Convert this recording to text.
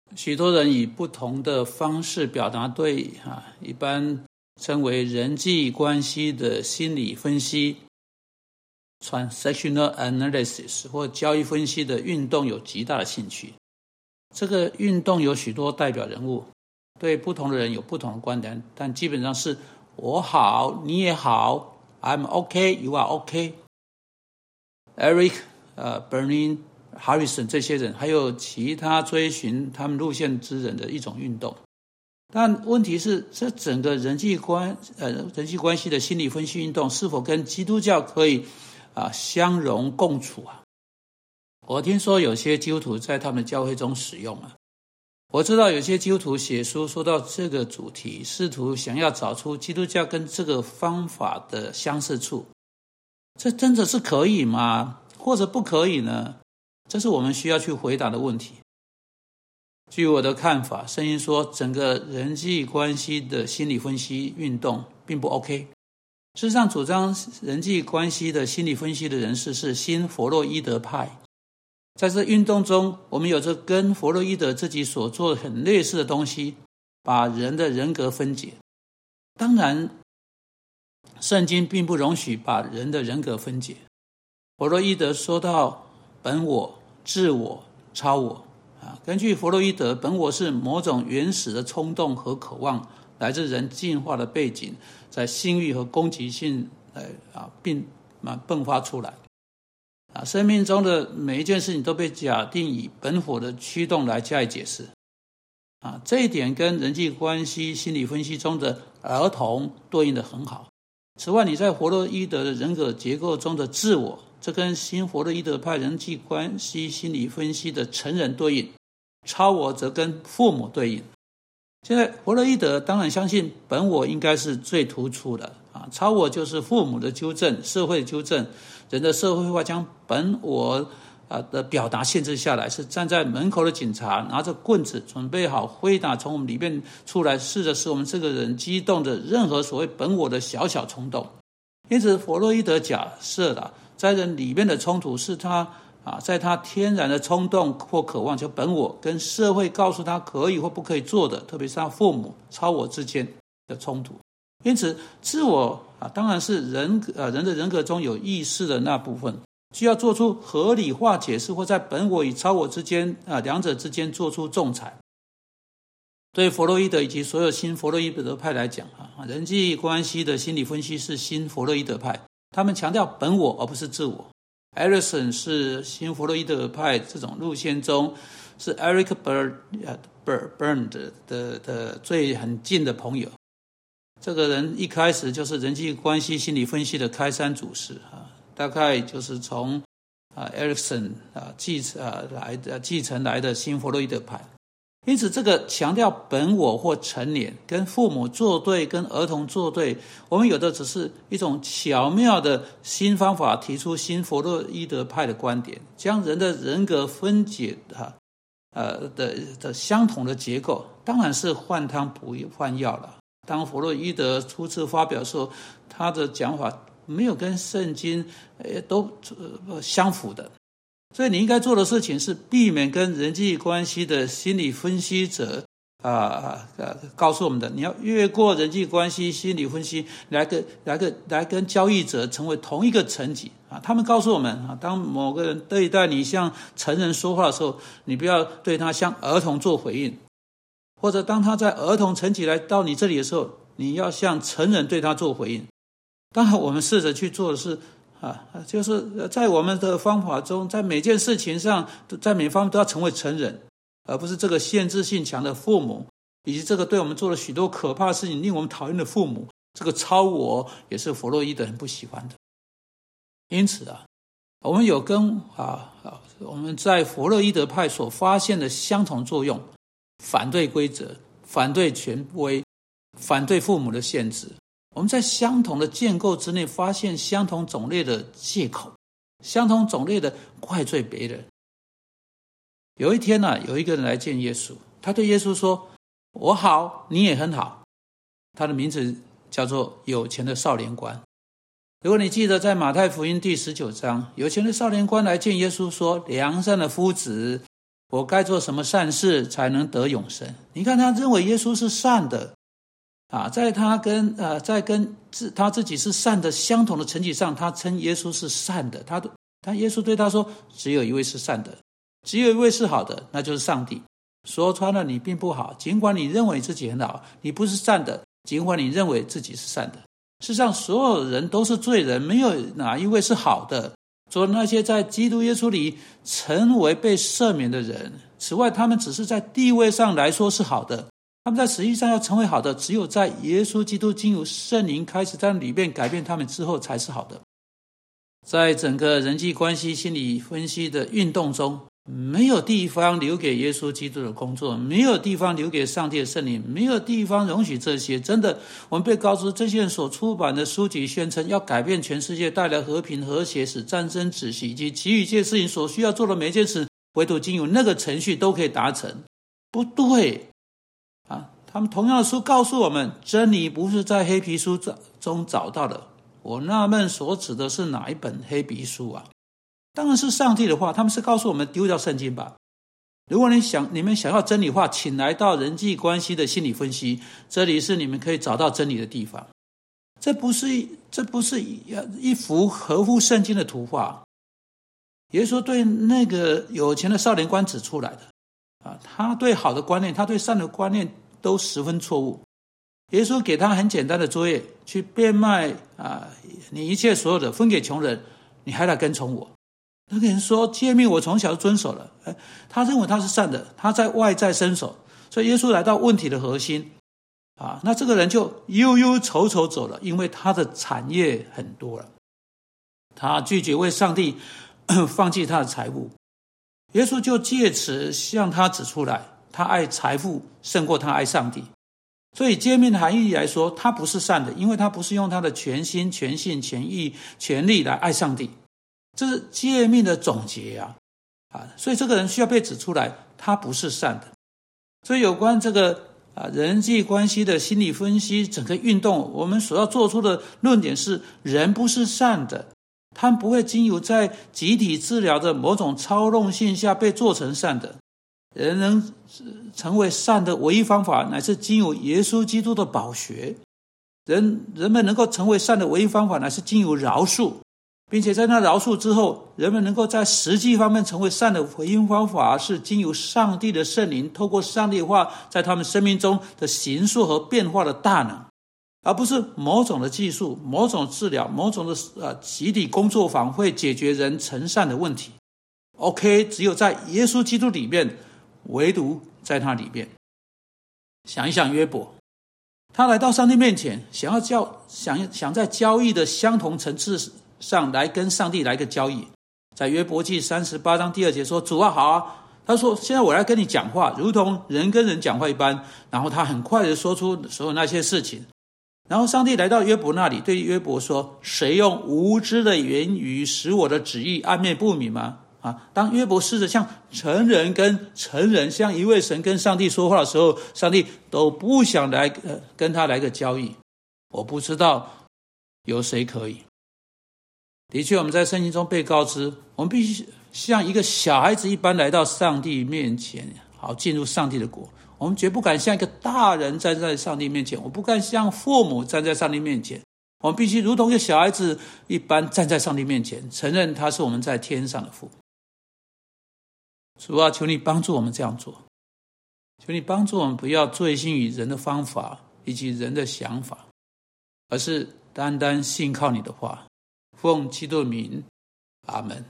许多人以不同的方式表达对一般称为人际关系的心理分析 transactional analysis 或交易分析的运动有极大的兴趣。这个运动有许多代表人物，对不同的人有不同的观点，但基本上是我好你也好， I'm okay you are okay。 Eric Berlin Harrison 这些人还有其他追寻他们路线之人的一种运动。但问题是，这整个人际关系的心理分析运动是否跟基督教可以相容共处啊？我听说有些基督徒在他们的教会中使用啊。我知道有些基督徒写书说到这个主题，试图想要找出基督教跟这个方法的相似处。这真的是可以吗？或者不可以呢？这是我们需要去回答的问题。据我的看法，圣经说整个人际关系的心理分析运动并不 OK。 事实上，主张人际关系的心理分析的人士是新弗洛伊德派。在这运动中，我们有着跟弗洛伊德自己所做很类似的东西，把人的人格分解。当然，圣经并不容许把人的人格分解。弗洛伊德说到本我、自我、超我。根据弗洛伊德，本我是某种原始的冲动和渴望，来自人进化的背景，在性欲和攻击性并迸发出来。生命中的每一件事情都被假定以本我的驱动来加以解释。这一点跟人际关系心理分析中的儿童对应得很好。此外，你在弗洛伊德的人格结构中的自我，这跟新弗洛伊德派人际关系心理分析的成人对应，超我则跟父母对应。现在弗洛伊德当然相信本我应该是最突出的超我就是父母的纠正、社会纠正。人的社会化将本我的表达限制下来，是站在门口的警察拿着棍子准备好挥打从我们里面出来，试着使我们这个人激动的任何所谓本我的小小冲动。因此弗洛伊德假设在人里面的冲突是他在他天然的冲动或渴望，就本我跟社会告诉他可以或不可以做的，特别是他父母超我之间的冲突。因此自我当然是人的人格中有意识的那部分，需要做出合理化解释，或在本我与超我之间两者之间做出仲裁。对弗洛伊德以及所有新弗洛伊德派来讲人际关系的心理分析是新弗洛伊德派，他们强调本我而不是自我。Erikson 是新弗洛伊德派这种路线中是 Eric Berne 的最很近的朋友。这个人一开始就是人际关系心理分析的开山祖师大概就是从Erikson 继承来的新弗洛伊德派。因此这个强调本我或成年，跟父母作对，跟儿童作对，我们有的只是一种巧妙的新方法，提出新弗洛伊德派的观点，将人的人格分解的相同的结构，当然是换汤不换药了。当弗洛伊德初次发表的时候，他的讲法没有跟圣经都相符的。所以你应该做的事情是避免跟人际关系的心理分析者告诉我们的，你要越过人际关系心理分析来跟交易者成为同一个层级他们告诉我们当某个人对待你像成人说话的时候，你不要对他像儿童做回应，或者当他在儿童层级来到你这里的时候，你要像成人对他做回应。当然我们试着去做的是就是在我们的方法中，在每件事情上，在每方面都要成为成人，而不是这个限制性强的父母，以及这个对我们做了许多可怕的事情令我们讨厌的父母。这个超我也是弗洛伊德很不喜欢的。因此我们有跟我们在弗洛伊德派所发现的相同作用，反对规则，反对权威，反对父母的限制。我们在相同的建构之内发现相同种类的借口，相同种类的怪罪别人。有一天有一个人来见耶稣，他对耶稣说，我好你也很好。他的名字叫做有钱的少年官。如果你记得在马太福音第19章，有钱的少年官来见耶稣说，良善的夫子， 我该做什么善事才能得永生？你看他认为耶稣是善的在他跟他自己是善的相同的层级上，他称耶稣是善的。他耶稣对他说，只有一位是善的，只有一位是好的，那就是上帝。说穿了，你并不好，尽管你认为自己很好，你不是善的，尽管你认为自己是善的。事实上，所有人都是罪人，没有哪一位是好的。除了那些在基督耶稣里成为被赦免的人，此外，他们只是在地位上来说是好的，他们在实际上要成为好的，只有在耶稣基督经由圣灵开始在里面改变他们之后才是好的。在整个人际关系心理分析的运动中，没有地方留给耶稣基督的工作，没有地方留给上帝的圣灵，没有地方容许这些。真的，我们被告知这些人所出版的书籍宣称要改变全世界，带来和平和谐，使战争止息，以及其余一切事情所需要做的每一件事，唯独经由那个程序都可以达成。不对他们同样的书告诉我们，真理不是在黑皮书中找到的。我纳闷所指的是哪一本黑皮书啊？当然是上帝的话，他们是告诉我们丢掉圣经吧。如果你们想要真理话，请来到人际关系的心理分析，这里是你们可以找到真理的地方。这不是一幅合乎圣经的图画。耶稣对那个有钱的少年官指出来的他对好的观念，他对善的观念都十分错误。耶稣给他很简单的作业，去变卖你一切所有的，分给穷人，你还来跟从我。那个人说，诫命我从小就遵守了。他认为他是善的，他在外在伸手，所以耶稣来到问题的核心那这个人就忧忧愁愁走了，因为他的产业很多了。他拒绝为上帝放弃他的财物。耶稣就借此向他指出来，他爱财富胜过他爱上帝。所以诫命的含义来说，他不是善的，因为他不是用他的全心全性全意全力来爱上帝。这是诫命的总结所以这个人需要被指出来，他不是善的。所以有关这个人际关系的心理分析整个运动，我们所要做出的论点是，人不是善的，他们不会经由在集体治疗的某种操弄性下被做成善的。人能成为善的唯一方法，乃是经由耶稣基督的宝血。人们能够成为善的唯一方法，乃是经由饶恕，并且在那饶恕之后，人们能够在实际方面成为善的唯一方法，是经由上帝的圣灵，透过上帝的话在他们生命中的形塑和变化的大能，而不是某种的技术、某种治疗、某种的集体工作坊会解决人成善的问题。OK， 只有在耶稣基督里面，唯独在他里面。想一想约伯，他来到上帝面前，想在交易的相同层次上来跟上帝来个交易。在约伯记38章第2节说，主好啊，他说现在我来跟你讲话，如同人跟人讲话一般。然后他很快的说出所有那些事情。然后上帝来到约伯那里，对约伯说，谁用无知的言语使我的旨意暗昧不明吗？当约伯试着像成人跟成人，像一位神跟上帝说话的时候，上帝都不想来跟他来个交易。我不知道有谁可以。的确，我们在圣经中被告知，我们必须像一个小孩子一般来到上帝面前，好进入上帝的国。我们绝不敢像一个大人站在上帝面前，我不敢像父母站在上帝面前。我们必须如同一个小孩子一般站在上帝面前，承认他是我们在天上的父。主啊，求你帮助我们这样做，求你帮助我们不要醉心于人的方法以及人的想法，而是单单信靠你的话。奉基督的名，阿们。